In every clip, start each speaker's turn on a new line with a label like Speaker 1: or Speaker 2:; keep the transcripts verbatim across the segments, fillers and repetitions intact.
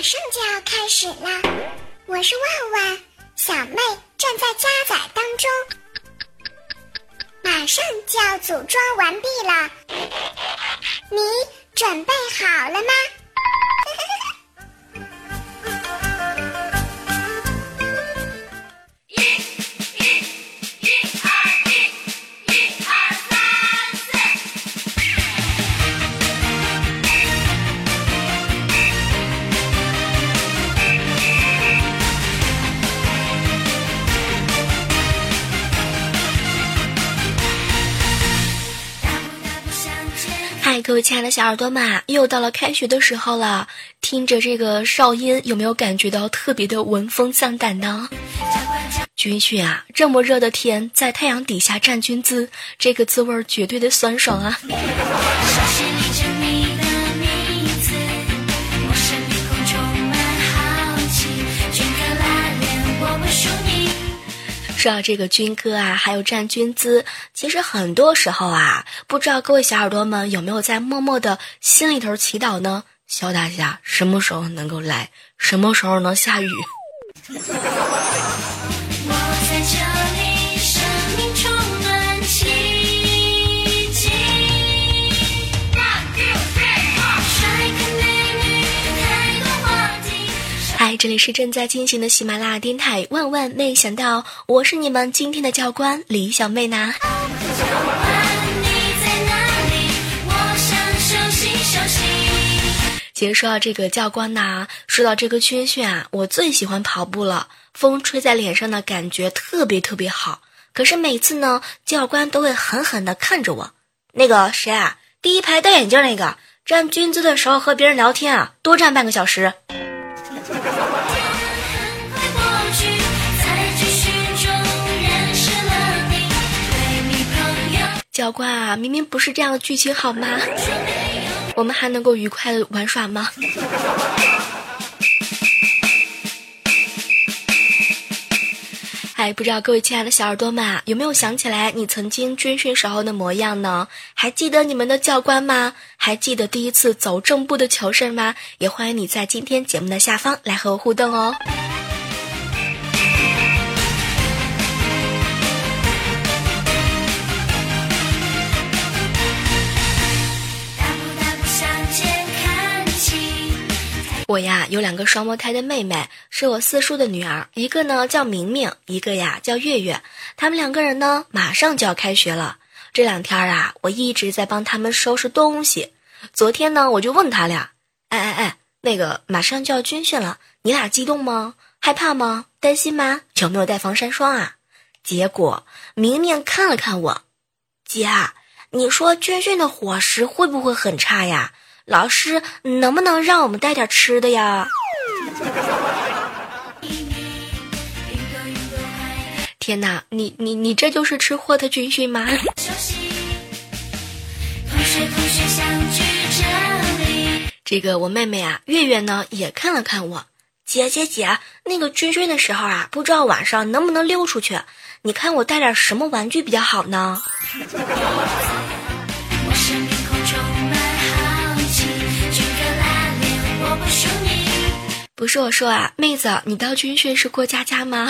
Speaker 1: 上就要开始了，我是万万，小妹正在加载当中，马上就要组装完毕了，你准备好了吗？
Speaker 2: 嗨，各位亲爱的小耳朵们，又到了开学的时候了。听着这个哨音，有没有感觉到特别的闻风丧胆呢？军训啊，这么热的天，在太阳底下站军姿，这个滋味绝对的酸爽啊！说到这个军歌啊，还有站军姿，其实很多时候啊，不知道各位小耳朵们有没有在默默的心里头祈祷呢？小大侠什么时候能够来，什么时候能下雨？嗨，这里是正在进行的喜马拉雅电台，万万没想到，我是你们今天的教官李小妹呢。其实说到这个教官呐，说到这个军训啊，我最喜欢跑步了，风吹在脸上的感觉特别特别好。可是每次呢，教官都会狠狠地看着我，那个谁啊，第一排戴眼镜那个，站军姿的时候和别人聊天啊，多站半个小时。教官啊，明明不是这样的剧情好吗？我们还能够愉快的玩耍吗？哎，不知道各位亲爱的小耳朵们啊，有没有想起来你曾经军训时候的模样呢？还记得你们的教官吗？还记得第一次走正步的糗事吗？也欢迎你在今天节目的下方来和我互动哦。我呀有两个双胞胎的妹妹，是我四叔的女儿，一个呢叫明明，一个呀叫月月。他们两个人呢马上就要开学了，这两天啊我一直在帮他们收拾东西。昨天呢我就问他俩，哎哎哎，那个马上就要军训了，你俩激动吗？害怕吗？担心吗？有没有带防晒霜啊？结果明明看了看我，姐，你说军训的伙食会不会很差呀？老师能不能让我们带点吃的呀？天哪，你你你这就是吃货的军训吗？这个我妹妹啊，月月呢也看了看我，姐姐姐，那个军训的时候啊，不知道晚上能不能溜出去？你看我带点什么玩具比较好呢？不是我说啊，妹子，你到军训是过家家吗？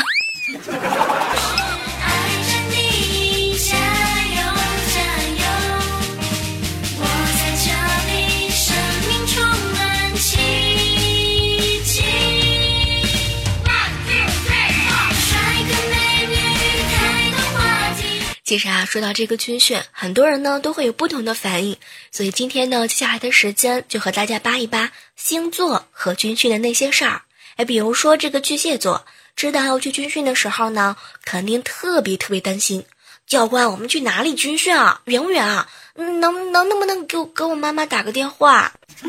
Speaker 2: 其实啊，说到这个军训，很多人呢都会有不同的反应，所以今天呢，接下来的时间就和大家扒一扒星座和军训的那些事儿。哎，比如说这个巨蟹座，知道要去军训的时候呢，肯定特别特别担心，教官，我们去哪里军训啊？远不远啊？能能能不能给我给我妈妈打个电话？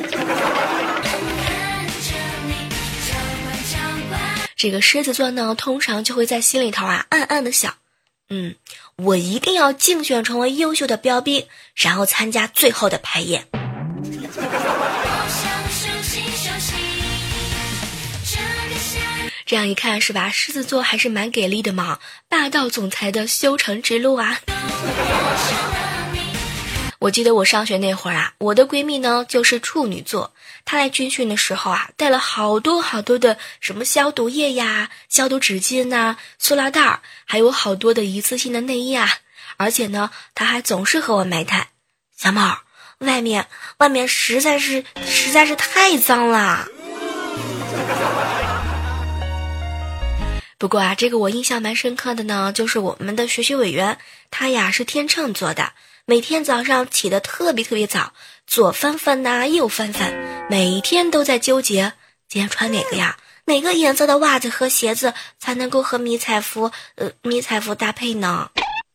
Speaker 2: 这个狮子座呢，通常就会在心里头啊暗暗的想，嗯，我一定要竞选成为优秀的标兵，然后参加最后的排演。这样一看是吧，狮子座还是蛮给力的嘛，霸道总裁的修成之路啊。 我记得我上学那会儿啊，我的闺蜜呢就是处女座，她来军训的时候啊，带了好多好多的什么消毒液呀、消毒纸巾呐、塑料袋，还有好多的一次性的内衣啊，而且呢，她还总是和我埋汰，小猫，外面外面实在是实在是太脏了。不过啊，这个我印象蛮深刻的呢，就是我们的学习委员，他呀是天秤座的，每天早上起得特别特别早，左翻翻呐、右翻翻，每天都在纠结今天穿哪个呀，哪个颜色的袜子和鞋子才能够和迷彩服呃迷彩服搭配呢？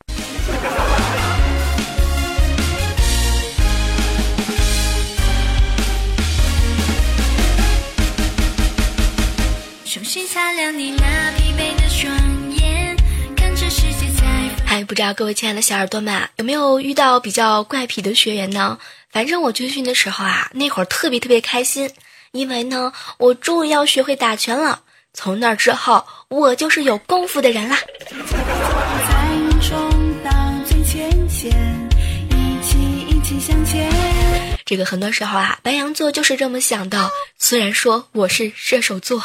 Speaker 2: 重新擦亮你那疲惫的双眼，看这世界在。嗨，不知道各位亲爱的小耳朵们有没有遇到比较怪癖的学员呢？反正我军训的时候啊，那会儿特别特别开心，因为呢，我终于要学会打拳了。从那之后，我就是有功夫的人啦。这个很多时候啊，白羊座就是这么想的，虽然说我是射手座。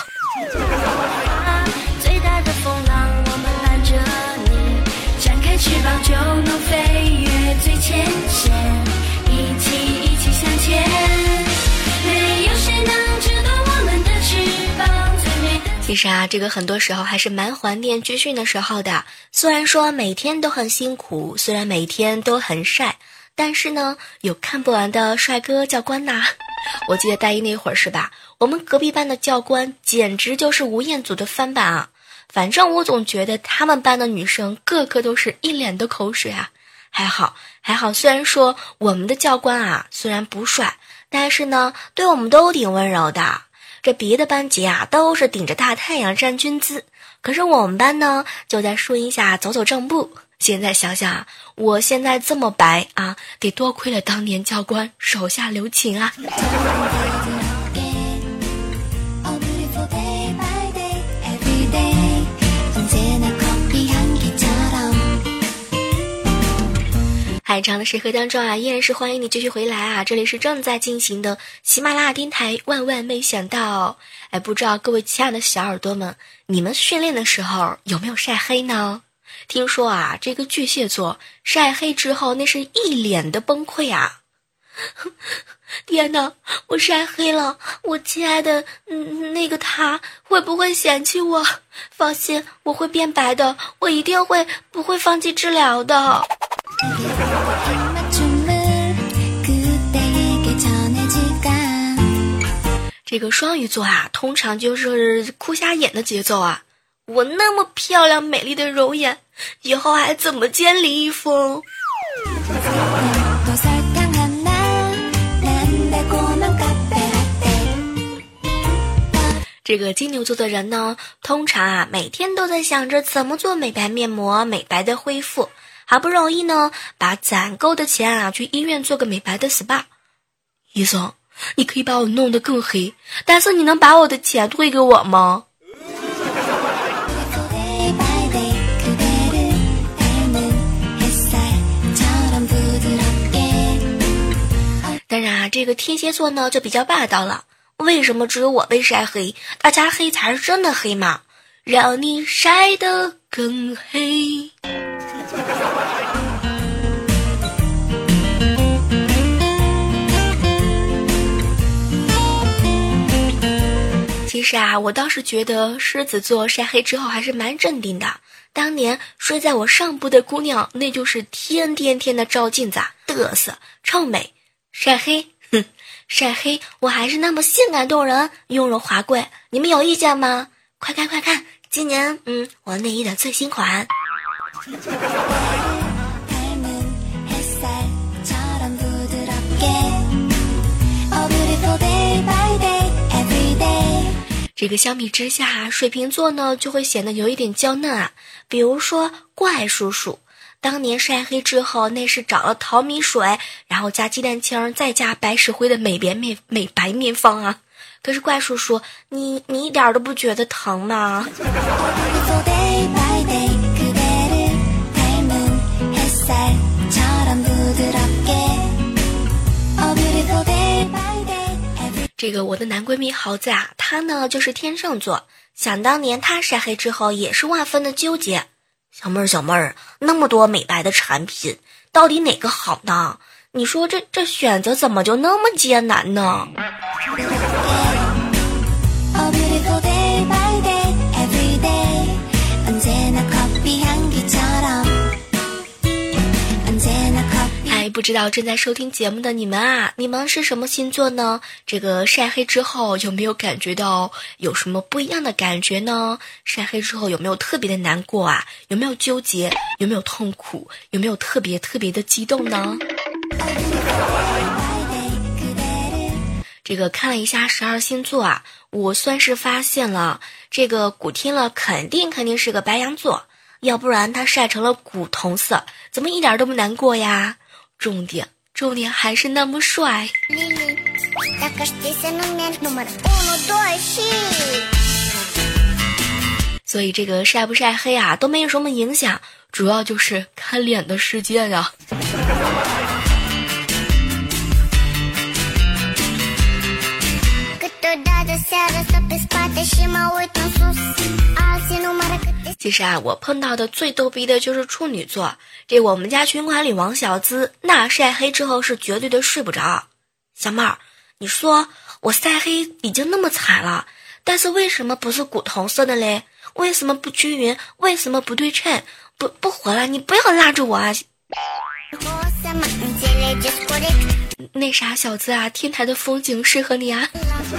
Speaker 2: 最大的风浪我们伴着你，展开翅膀就能飞越最前线，一起一起向前，没有谁能知道我们的翅膀最美的。其实啊，这个很多时候还是蛮怀念军训的时候的，虽然说每天都很辛苦，虽然每天都很晒，但是呢，有看不完的帅哥教官呐。我记得大一那会儿是吧，我们隔壁班的教官简直就是吴彦祖的翻版啊。反正我总觉得他们班的女生个个都是一脸的口水啊。还好还好，虽然说我们的教官啊虽然不帅，但是呢对我们都挺温柔的。这别的班级啊都是顶着大太阳站军姿，可是我们班呢就在树荫下走走正步。现在想想，我现在这么白啊，得多亏了当年教官手下留情啊。海长的时刻当中啊，依然是欢迎你继续回来啊！这里是正在进行的喜马拉雅电台，万万没想到，哎，不知道各位亲爱的小耳朵们，你们训练的时候有没有晒黑呢？听说啊，这个巨蟹座晒黑之后，那是一脸的崩溃啊！天哪，我晒黑了，我亲爱的嗯那个他会不会嫌弃我？放心，我会变白的，我一定会不会放弃治疗的。这个双鱼座啊，通常就是哭瞎眼的节奏啊！我那么漂亮美丽的容颜，以后还怎么见李易峰？这个金牛座的人呢，通常啊每天都在想着怎么做美白面膜、美白的恢复，好不容易呢把攒够的钱啊去医院做个美白的 S P A。 医生，你可以把我弄得更黑，但是你能把我的钱退给我吗？当然啊，这个天蝎座呢就比较霸道了。为什么只有我被晒黑？大家黑才是真的黑嘛，让你晒得更黑。其实啊，我倒是觉得狮子座晒黑之后还是蛮镇定的。当年睡在我上部的姑娘，那就是天天天的照镜子啊，嘚瑟臭美。晒黑，哼，晒黑我还是那么性感动人，雍容华贵。你们有意见吗？快看快看，今年嗯我内衣的最新款。这个相比之下，水瓶座呢就会显得有一点娇嫩啊。比如说怪叔叔，当年晒黑之后，那是找了淘米水，然后加鸡蛋清，再加白石灰的美白面美白面方啊。可是怪叔叔，你你一点都不觉得疼吗？ 这个我的男闺蜜豪子啊，他呢就是天秤座，想当年他晒黑之后也是万分的纠结。小妹儿小妹儿，那么多美白的产品，到底哪个好呢？你说这这选择怎么就那么艰难呢？哎，不知道正在收听节目的你们啊，你们是什么星座呢？这个晒黑之后有没有感觉到有什么不一样的感觉呢？晒黑之后有没有特别的难过啊？有没有纠结？有没有痛苦？有没有特别特别的激动呢？这个看了一下十二星座啊，我算是发现了，这个古天乐肯定肯定是个白羊座，要不然他晒成了古铜色，怎么一点都不难过呀？重点重点还是那么帅。所以这个晒不晒黑啊都没有什么影响，主要就是看脸的世界呀。其实啊，我碰到的最逗逼的就是处女座。这我们家群管理王小资，那晒黑之后是绝对的睡不着。小妹儿，你说我晒黑已经那么惨了，但是为什么不是古铜色的嘞？为什么不均匀？为什么不对称？不不活了，你不要拉着我啊！那啥小子啊，天台的风景适合你啊。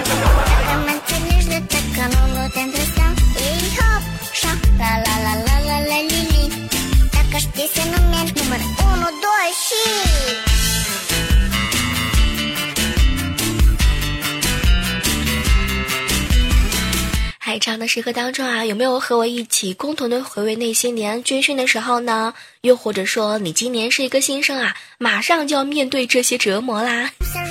Speaker 2: 海长的时刻当中啊，有没有和我一起共同的回味那些年军训的时候呢？又或者说你今年是一个新生啊，马上就要面对这些折磨啦。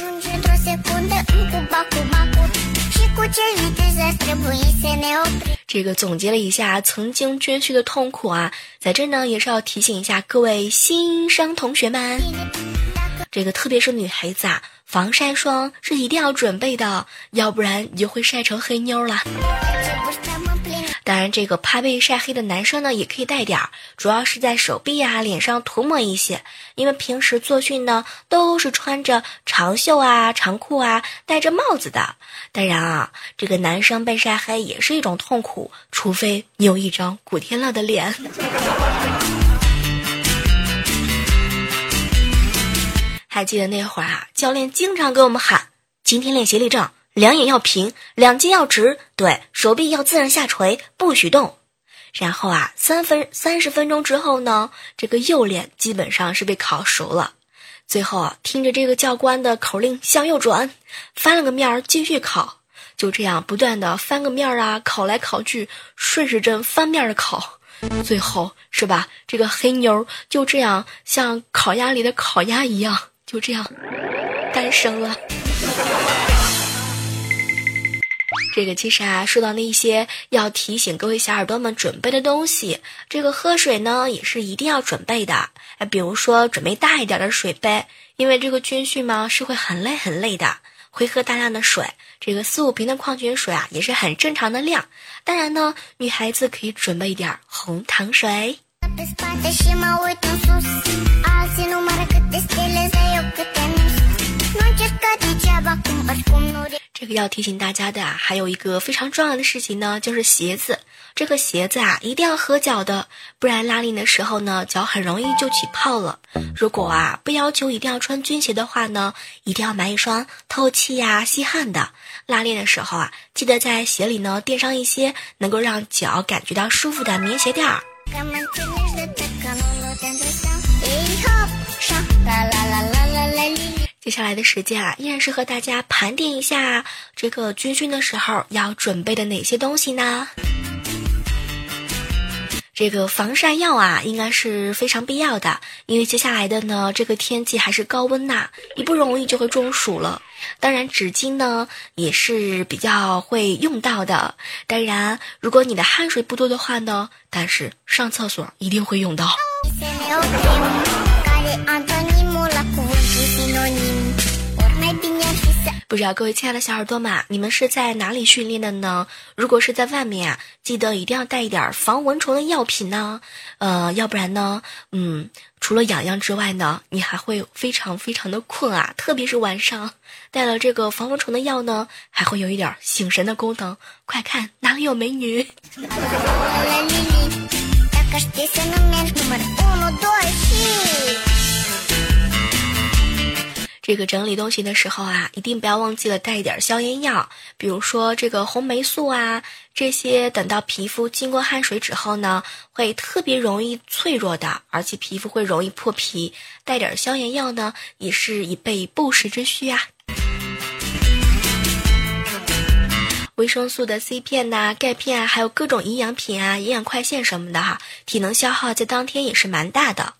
Speaker 2: 这个总结了一下曾经军训的痛苦啊，在这呢也是要提醒一下各位新生同学们，这个特别是女孩子啊，防晒霜是一定要准备的，要不然你就会晒成黑妞了。当然这个怕被晒黑的男生呢也可以带点儿，主要是在手臂啊脸上涂抹一些，因为平时做训呢都是穿着长袖啊长裤啊戴着帽子的。当然啊，这个男生被晒黑也是一种痛苦，除非你有一张古天乐的脸。还记得那会儿啊，教练经常给我们喊，今天练习立正，两眼要平，两肩要直，对，手臂要自然下垂，不许动。然后啊，三分三十分钟之后呢，这个右脸基本上是被烤熟了。最后啊，听着这个教官的口令向右转，翻了个面儿继续烤，就这样不断的翻个面儿啊，烤来烤去，顺时针翻面的烤，最后是吧，这个黑妞就这样像烤鸭里的烤鸭一样，就这样诞生了。这个其实啊，说到那些要提醒各位小耳朵们准备的东西，这个喝水呢也是一定要准备的。哎，比如说准备大一点的水杯，因为这个军训嘛是会很累很累的，会喝大量的水。这个四五瓶的矿泉水啊也是很正常的量。当然呢，女孩子可以准备一点红糖水。这个要提醒大家的啊，还有一个非常重要的事情呢，就是鞋子。这个鞋子啊，一定要合脚的，不然拉练的时候呢，脚很容易就起泡了。如果啊，不要求一定要穿军鞋的话呢，一定要买一双透气呀、吸汗的。拉练的时候啊，记得在鞋里呢垫上一些能够让脚感觉到舒服的棉鞋垫儿。接下来的时间啊，依然是和大家盘点一下这个军训的时候要准备的哪些东西呢？这个防晒药啊，应该是非常必要的，因为接下来的呢，这个天气还是高温呐，一不容易就会中暑了。当然纸巾呢也是比较会用到的，当然如果你的汗水不多的话呢，但是上厕所一定会用到。 不知道各位亲爱的小耳朵们，你们是在哪里训练的呢？如果是在外面啊，记得一定要带一点防蚊虫的药品呢，呃，要不然呢，嗯，除了痒痒之外呢，你还会非常非常的困啊，特别是晚上。带了这个防蚊虫的药呢，还会有一点醒神的功能。快看哪里有美女！这个整理东西的时候啊，一定不要忘记了带一点消炎药，比如说这个红霉素啊，这些等到皮肤经过汗水之后呢，会特别容易脆弱的，而且皮肤会容易破皮，带点消炎药呢，也是以备不时之需啊。维生素的 C 片呐、啊、钙片啊，还有各种营养品啊、营养快线什么的哈，体能消耗在当天也是蛮大的。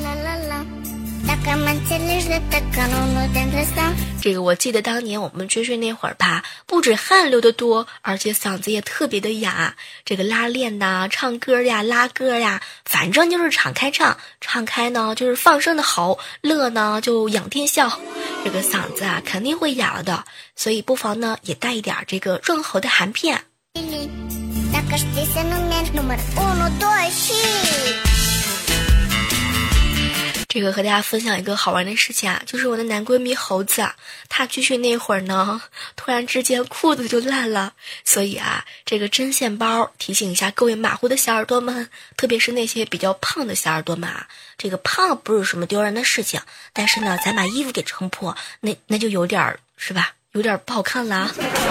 Speaker 2: 这个我记得当年我们军训那会儿吧，不止汗流得多，而且嗓子也特别的哑。这个拉练呐、唱歌呀、拉歌呀，反正就是敞开唱，唱开呢就是放声的吼，乐呢就仰天笑。这个嗓子啊肯定会哑了的，所以不妨呢也带一点这个润喉的含片。这个和大家分享一个好玩的事情啊，就是我的男闺蜜猴子啊，他军训那会儿呢，突然之间裤子就烂了，所以啊，这个针线包提醒一下各位马虎的小耳朵们，特别是那些比较胖的小耳朵们啊，这个胖不是什么丢人的事情，但是呢，咱把衣服给撑破，那那就有点是吧，有点不好看了。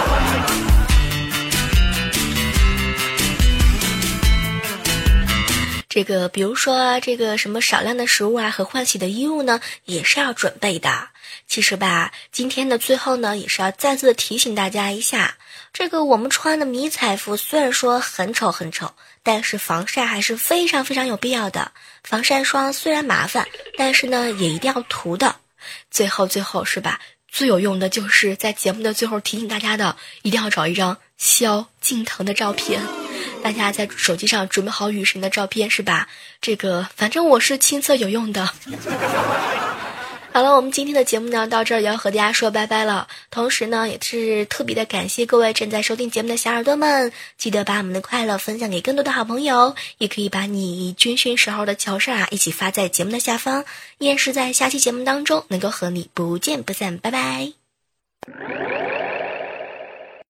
Speaker 2: 这个比如说这个什么少量的食物啊和换洗的衣物呢，也是要准备的。其实吧，今天的最后呢，也是要再次的提醒大家一下，这个我们穿的迷彩服虽然说很丑很丑，但是防晒还是非常非常有必要的。防晒霜虽然麻烦，但是呢也一定要涂的。最后最后是吧，最有用的就是在节目的最后提醒大家的，一定要找一张萧敬腾的照片。大家在手机上准备好雨神的照片是吧？这个反正我是亲测有用的。好了，我们今天的节目呢到这儿也要和大家说拜拜了。同时呢，也是特别的感谢各位正在收听节目的小耳朵们，记得把我们的快乐分享给更多的好朋友，也可以把你军训时候的糗事啊一起发在节目的下方。依然是在下期节目当中能够和你不见不散，拜拜。